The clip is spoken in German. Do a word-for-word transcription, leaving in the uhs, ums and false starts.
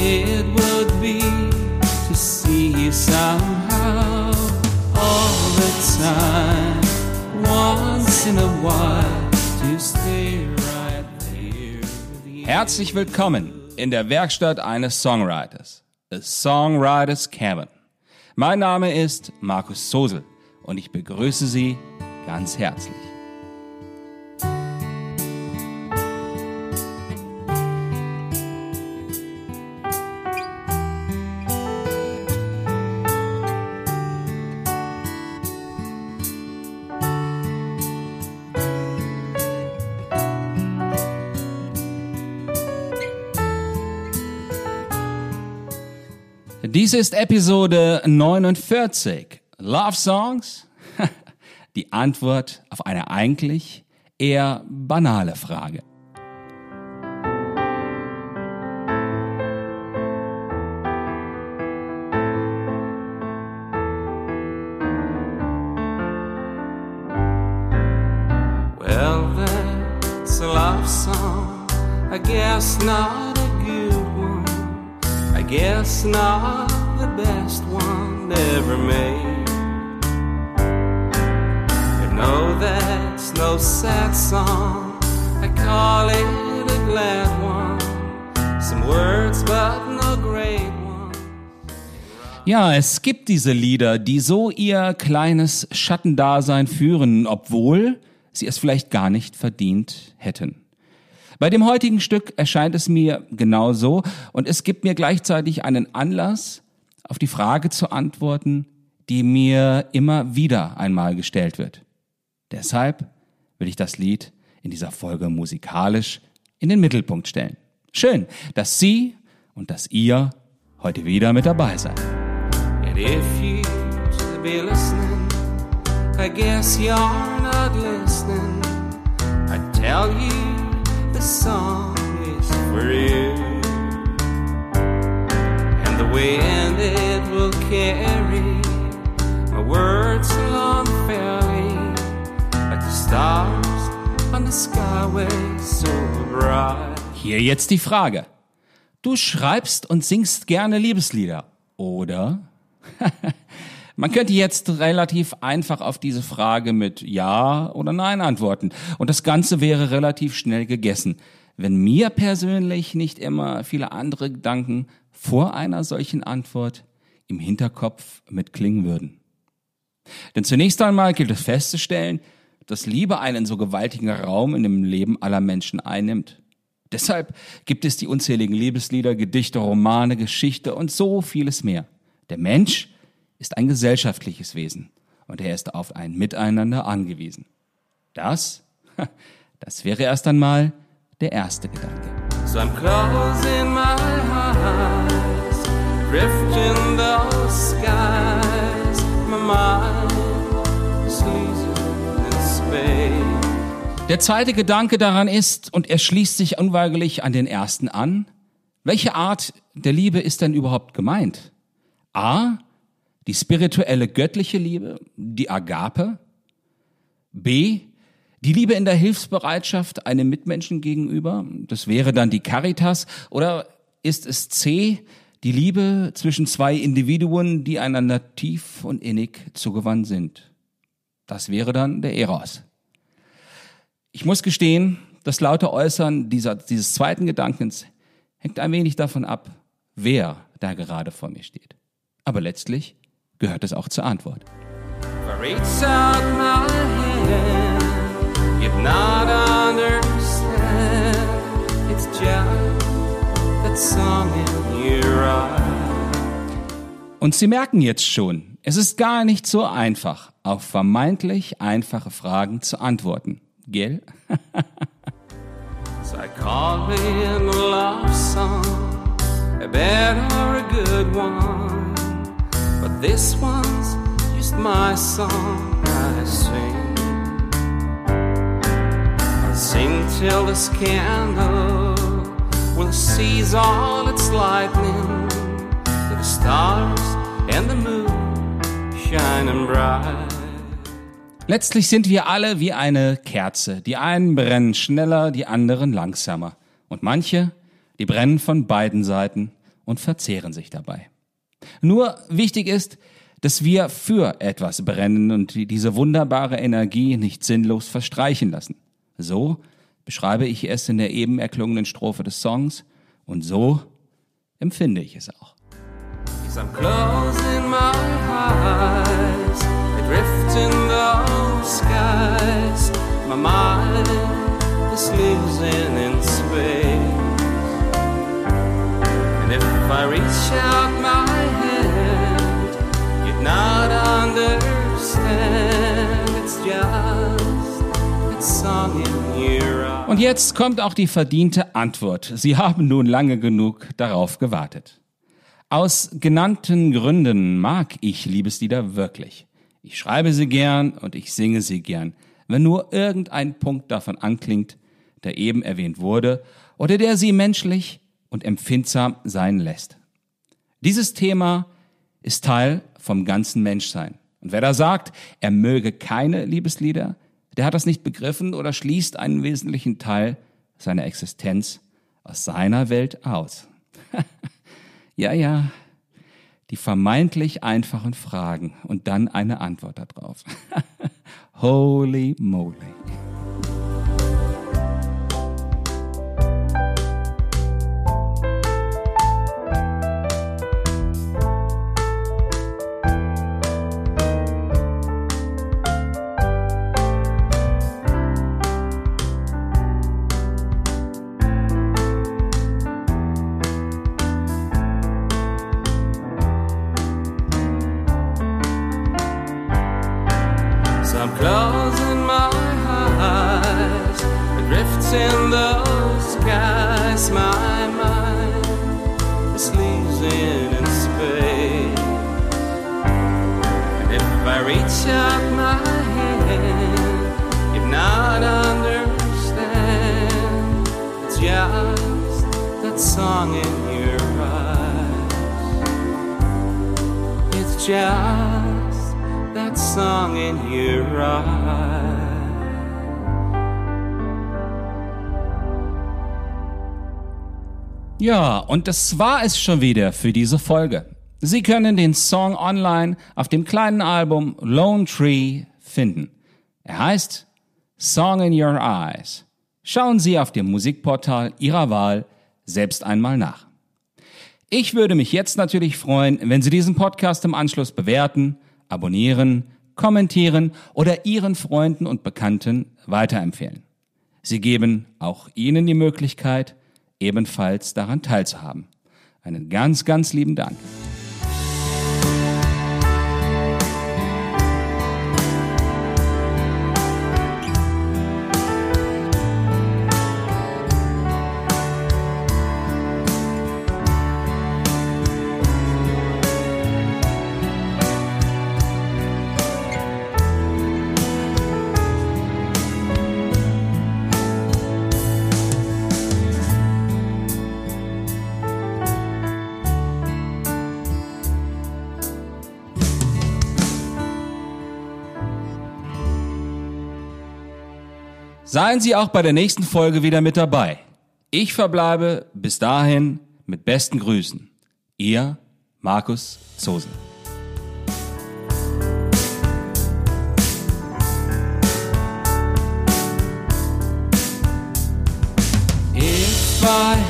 it would be to see you somehow all the time, once in a while, to stay right there with you. Herzlich willkommen in der Werkstatt eines Songwriters, A Songwriter's Cabin. Mein Name ist Markus Zosel und ich begrüße Sie ganz herzlich. Dies ist Episode neunundvierzig. Love Songs? Die Antwort auf eine eigentlich eher banale Frage. Well, that's a love song. I guess not a good one. I guess not the best one ever made. But no, that's no sad song. I call it a glad one. Some words, but no great one. Ja, es gibt diese Lieder, die so ihr kleines Schattendasein führen, obwohl sie es vielleicht gar nicht verdient hätten. Bei dem heutigen Stück erscheint es mir genauso und es gibt mir gleichzeitig einen Anlass, auf die Frage zu antworten, die mir immer wieder einmal gestellt wird. Deshalb will ich das Lied in dieser Folge musikalisch in den Mittelpunkt stellen. Schön, dass Sie und dass ihr heute wieder mit dabei seid. And if you should be listening, I guess you're not listening. I tell you, the song is for you, and the wind it will carry my words along fairly, like the stars on the skyway so bright. Hier jetzt die Frage. Du schreibst und singst gerne Liebeslieder, oder? Man könnte jetzt relativ einfach auf diese Frage mit Ja oder Nein antworten. Und das Ganze wäre relativ schnell gegessen, wenn mir persönlich nicht immer viele andere Gedanken vor einer solchen Antwort im Hinterkopf mitklingen würden. Denn zunächst einmal gilt es festzustellen, dass Liebe einen so gewaltigen Raum in dem Leben aller Menschen einnimmt. Deshalb gibt es die unzähligen Liebeslieder, Gedichte, Romane, Geschichte und so vieles mehr. Der Mensch ist ein gesellschaftliches Wesen und er ist auf ein Miteinander angewiesen. Das, das wäre erst einmal der erste Gedanke. So I'm closing my eyes, drifting those skies, my mind is losing in space. Der zweite Gedanke daran ist, und er schließt sich unweigerlich an den ersten an, welche Art der Liebe ist denn überhaupt gemeint? A, die spirituelle göttliche Liebe, die Agape. B, die Liebe in der Hilfsbereitschaft einem Mitmenschen gegenüber, das wäre dann die Caritas. Oder ist es C, die Liebe zwischen zwei Individuen, die einander tief und innig zugewandt sind? Das wäre dann der Eros. Ich muss gestehen, das laute Äußern dieser, dieses zweiten Gedankens hängt ein wenig davon ab, wer da gerade vor mir steht. Aber letztlich gehört es auch zur Antwort. If I reach out my hand, you'd not understand. It's just that song in your eyes. Und Sie merken jetzt schon, es ist gar nicht so einfach, auf vermeintlich einfache Fragen zu antworten. Gell? So I call it a love song, a bad or a good one. But this one's just my song I sing. I sing till the scandal will seize all its lightning, to the stars and the moon shining bright. Letztlich sind wir alle wie eine Kerze. Die einen brennen schneller, die anderen langsamer. Und manche, die brennen von beiden Seiten und verzehren sich dabei. Nur wichtig ist, dass wir für etwas brennen und diese wunderbare Energie nicht sinnlos verstreichen lassen. So beschreibe ich es in der eben erklungenen Strophe des Songs und so empfinde ich es auch. I'm closing my eyes, adrift in those skies. My mind is losing in space. And if I reach out my hand, you'd not understand. It's just that song in your eyes. Und jetzt kommt auch die verdiente Antwort. Sie haben nun lange genug darauf gewartet. Aus genannten Gründen mag ich Liebeslieder wirklich. Ich schreibe sie gern und ich singe sie gern, wenn nur irgendein Punkt davon anklingt, der eben erwähnt wurde oder der sie menschlich und empfindsam sein lässt. Dieses Thema ist Teil vom ganzen Menschsein. Und wer da sagt, er möge keine Liebeslieder, der hat das nicht begriffen oder schließt einen wesentlichen Teil seiner Existenz aus seiner Welt aus. Ja, ja, die vermeintlich einfachen Fragen und dann eine Antwort darauf. Holy moly. I'm closing my eyes, adrift in those skies. My mind is losing in space. And if I reach out my hand, if not understand, it's just that song in your eyes. It's just that song in your eyes. Ja, und das war es schon wieder für diese Folge. Sie können den Song online auf dem kleinen Album Lone Tree finden. Er heißt Song in Your Eyes. Schauen Sie auf dem Musikportal Ihrer Wahl selbst einmal nach. Ich würde mich jetzt natürlich freuen, wenn Sie diesen Podcast im Anschluss bewerten, abonnieren, kommentieren oder Ihren Freunden und Bekannten weiterempfehlen. Sie geben auch Ihnen die Möglichkeit, ebenfalls daran teilzuhaben. Einen ganz, ganz lieben Dank. Seien Sie auch bei der nächsten Folge wieder mit dabei. Ich verbleibe bis dahin mit besten Grüßen. Ihr Markus Zosen. If I